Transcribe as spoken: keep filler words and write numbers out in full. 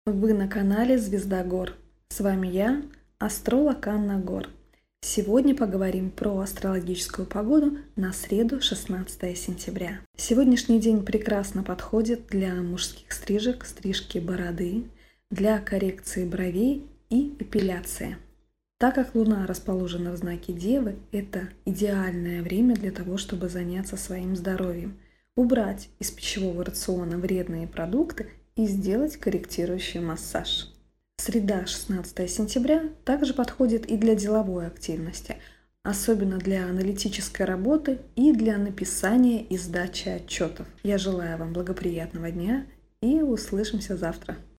Вы на канале Звезда Гор. С вами я, астролог Анна Гор. Сегодня поговорим про астрологическую погоду на среду, шестнадцатое сентября. Сегодняшний день прекрасно подходит для мужских стрижек, стрижки бороды, для коррекции бровей и эпиляции. Так как Луна расположена в знаке Девы, это идеальное время для того, чтобы заняться своим здоровьем, убрать из пищевого рациона вредные продукты и сделать корректирующий массаж. Среда, шестнадцатое сентября, также подходит и для деловой активности, особенно для аналитической работы и для написания и сдачи отчетов. Я желаю вам благоприятного дня и услышимся завтра.